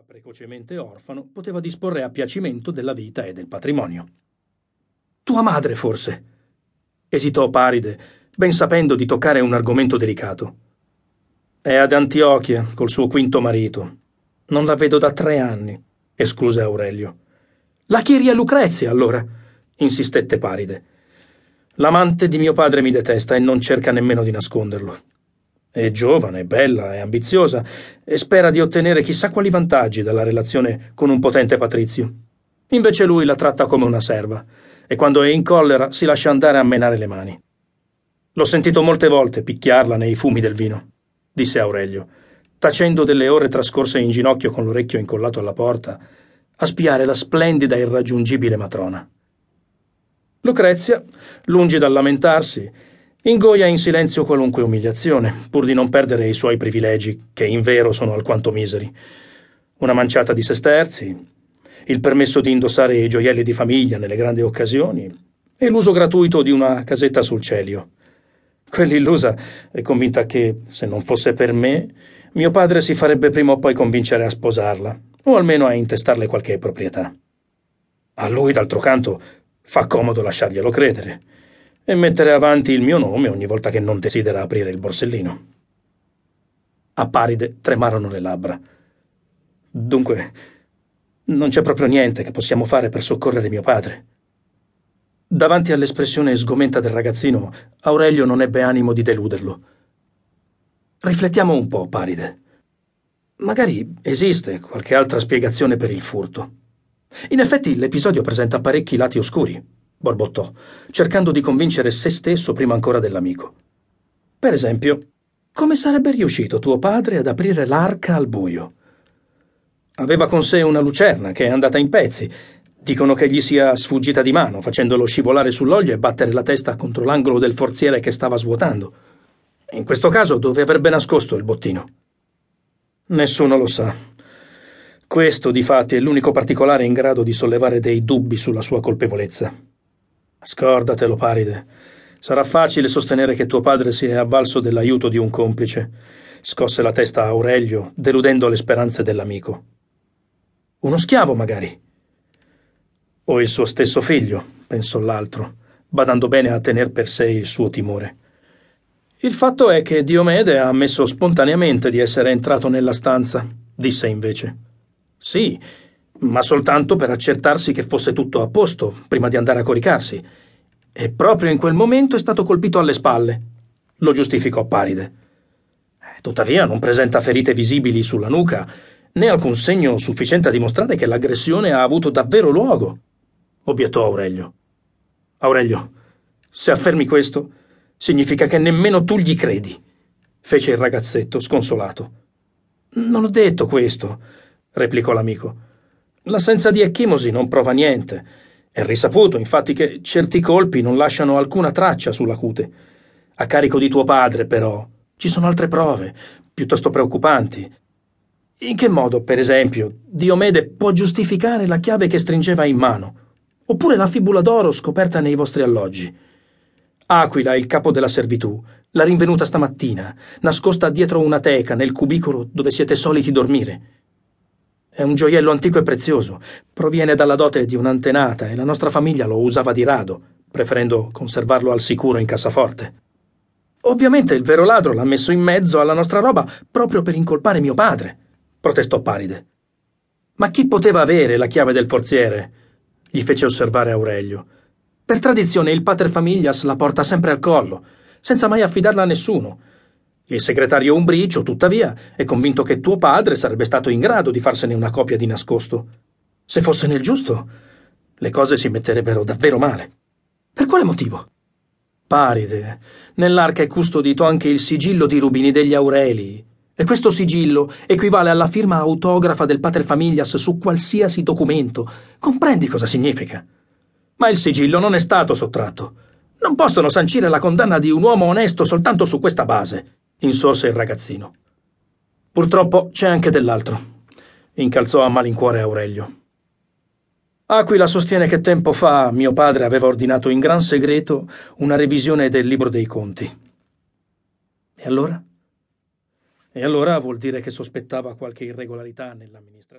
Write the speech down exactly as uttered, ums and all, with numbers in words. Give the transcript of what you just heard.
precocemente orfano, poteva disporre a piacimento della vita e del patrimonio. Tua madre, forse? Esitò Paride, ben sapendo di toccare un argomento delicato. È ad Antiochia, col suo quinto marito. Non la vedo da tre anni, escluse Aurelio. La chiedi a Lucrezia, allora? Insistette Paride. L'amante di mio padre mi detesta e non cerca nemmeno di nasconderlo. È giovane, è bella, è ambiziosa e spera di ottenere chissà quali vantaggi dalla relazione con un potente patrizio. Invece lui la tratta come una serva e quando è in collera si lascia andare a menare le mani. L'ho sentito molte volte picchiarla nei fumi del vino, disse Aurelio, tacendo delle ore trascorse in ginocchio con l'orecchio incollato alla porta, a spiare la splendida e irraggiungibile matrona. Lucrezia, lungi dal lamentarsi, ingoia in silenzio qualunque umiliazione, pur di non perdere i suoi privilegi, che in vero sono alquanto miseri. Una manciata di sesterzi, il permesso di indossare i gioielli di famiglia nelle grandi occasioni e l'uso gratuito di una casetta sul Celio. Quell'illusa è convinta che, se non fosse per me, mio padre si farebbe prima o poi convincere a sposarla, o almeno a intestarle qualche proprietà. A lui, d'altro canto, fa comodo lasciarglielo credere e mettere avanti il mio nome ogni volta che non desidera aprire il borsellino. A Paride tremarono le labbra. Dunque, non c'è proprio niente che possiamo fare per soccorrere mio padre. Davanti all'espressione sgomenta del ragazzino, Aurelio non ebbe animo di deluderlo. Riflettiamo un po', Paride. Magari esiste qualche altra spiegazione per il furto. In effetti l'episodio presenta parecchi lati oscuri, borbottò, cercando di convincere se stesso prima ancora dell'amico. Per esempio, come sarebbe riuscito tuo padre ad aprire l'arca al buio? Aveva con sé una lucerna che è andata in pezzi. Dicono che gli sia sfuggita di mano, facendolo scivolare sull'olio e battere la testa contro l'angolo del forziere che stava svuotando. In questo caso, dove avrebbe nascosto il bottino? Nessuno lo sa. Questo, difatti, è l'unico particolare in grado di sollevare dei dubbi sulla sua colpevolezza. Scordatelo, Paride. Sarà facile sostenere che tuo padre si è avvalso dell'aiuto di un complice. Scosse la testa a Aurelio, deludendo le speranze dell'amico. Uno schiavo, magari. O il suo stesso figlio, pensò l'altro, badando bene a tener per sé il suo timore. Il fatto è che Diomede ha ammesso spontaneamente di essere entrato nella stanza, disse invece. Sì, ma soltanto per accertarsi che fosse tutto a posto, prima di andare a coricarsi. E proprio in quel momento è stato colpito alle spalle. Lo giustificò Paride. Tuttavia non presenta ferite visibili sulla nuca, né alcun segno sufficiente a dimostrare che l'aggressione ha avuto davvero luogo, obiettò Aurelio. Aurelio, se affermi questo, significa che nemmeno tu gli credi, fece il ragazzetto, sconsolato. Non ho detto questo, replicò l'amico. L'assenza di ecchimosi non prova niente. È risaputo, infatti, che certi colpi non lasciano alcuna traccia sulla cute. A carico di tuo padre, però, ci sono altre prove, piuttosto preoccupanti. In che modo, per esempio, Diomede può giustificare la chiave che stringeva in mano, oppure la fibula d'oro scoperta nei vostri alloggi? Aquila, il capo della servitù, l'ha rinvenuta stamattina, nascosta dietro una teca nel cubicolo dove siete soliti dormire. È un gioiello antico e prezioso, proviene dalla dote di un'antenata e la nostra famiglia lo usava di rado, preferendo conservarlo al sicuro in cassaforte. Ovviamente il vero ladro l'ha messo in mezzo alla nostra roba proprio per incolpare mio padre, protestò Paride. Ma chi poteva avere la chiave del forziere? Gli fece osservare Aurelio. Per tradizione il pater familias la porta sempre al collo, senza mai affidarla a nessuno. Il segretario Umbricio, tuttavia, è convinto che tuo padre sarebbe stato in grado di farsene una copia di nascosto. Se fosse nel giusto, le cose si metterebbero davvero male. Per quale motivo? Paride, nell'arca è custodito anche il sigillo di Rubini degli Aureli, e questo sigillo equivale alla firma autografa del pater familias su qualsiasi documento. Comprendi cosa significa? Ma il sigillo non è stato sottratto. Non possono sancire la condanna di un uomo onesto soltanto su questa base, insorse il ragazzino. Purtroppo c'è anche dell'altro, incalzò a malincuore Aurelio. Aquila sostiene che tempo fa mio padre aveva ordinato in gran segreto una revisione del libro dei conti. E allora? E allora vuol dire che sospettava qualche irregolarità nell'amministrazione.